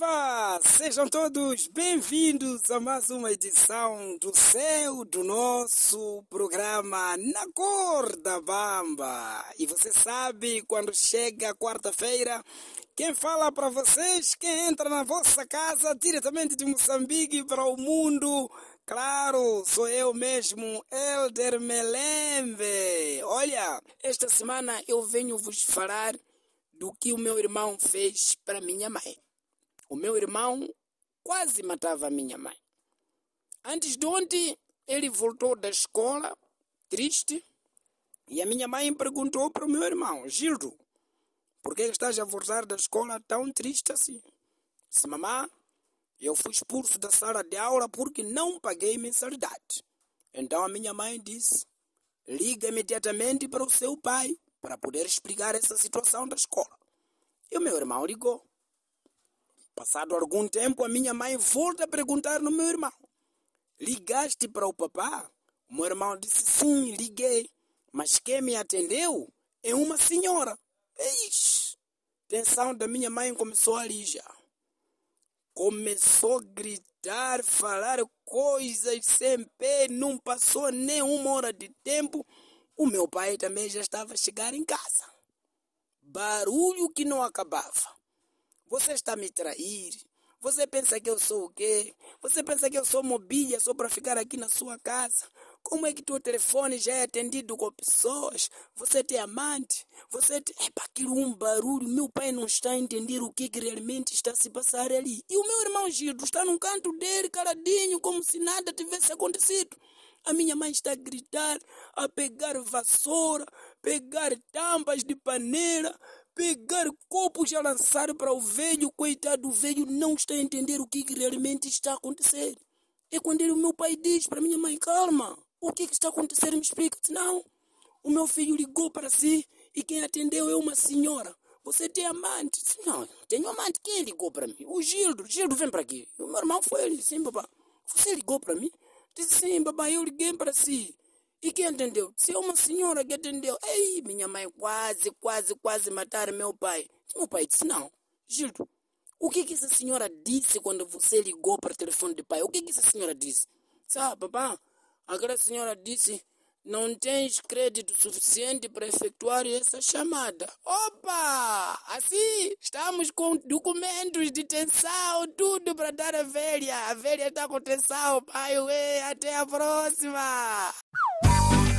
Viva! Sejam todos bem-vindos a mais uma edição do nosso programa Na Cor da Bamba. E você sabe, quando chega a quarta-feira, quem fala para vocês, quem entra na vossa casa diretamente de Moçambique para o mundo, claro, sou eu mesmo, Elder Melembe. Olha, esta semana eu venho vos falar do que o meu irmão fez para minha mãe. O meu irmão quase matava a minha mãe. Antes de ontem, ele voltou da escola, triste, e a minha mãe perguntou para o meu irmão: Gildo, por que estás a voltar da escola tão triste assim? Disse: mamãe, eu fui expulso da sala de aula porque não paguei mensalidade. Então a minha mãe disse: liga imediatamente para o seu pai para poder explicar essa situação da escola. E o meu irmão ligou. Passado algum tempo, a minha mãe volta a perguntar no meu irmão: ligaste para o papá? O meu irmão disse: sim, liguei. Mas quem me atendeu é uma senhora. Ixi, a tensão da minha mãe começou a alijar. Começou a gritar, falar coisas sem pé, não passou nem uma hora de tempo. O meu pai também já estava a chegar em casa. Barulho que não acabava. Você está a me trair? Você pensa que eu sou o quê? Você pensa que eu sou mobília só para ficar aqui na sua casa? Como é que teu telefone já é atendido com pessoas? Você tem amante? Você tem... aquilo um barulho. Meu pai não está a entender o que realmente está a se passar ali. E o meu irmão Gildo está num canto dele, caladinho, como se nada tivesse acontecido. A minha mãe está a gritar, a pegar vassoura, pegar tampas de panela, pegar copos e a lançar para o velho. Coitado, o velho não está a entender o que realmente está a acontecer. É quando o meu pai diz para minha mãe: calma, o que está acontecendo? Me explica. Não, o meu filho ligou para si e quem atendeu é uma senhora. Você tem amante? Não, tenho amante. Quem ligou para mim? O Gildo. Gildo, vem para aqui. O meu irmão foi ele. Sim, papá. Você ligou para mim? Disse: sim, papai, eu liguei para si. E quem atendeu? Se é uma senhora que atendeu. Ei, minha mãe quase mataram meu pai. Meu pai disse: não, Gildo, o que essa senhora disse quando você ligou para o telefone do pai? O que essa senhora disse? Sabe, papá, aquela senhora disse: não tens crédito suficiente para efetuar essa chamada. Opa! Assim, estamos com documentos de tensão, tudo para dar à velha. A velha está com tensão, pai. Ué, até a próxima!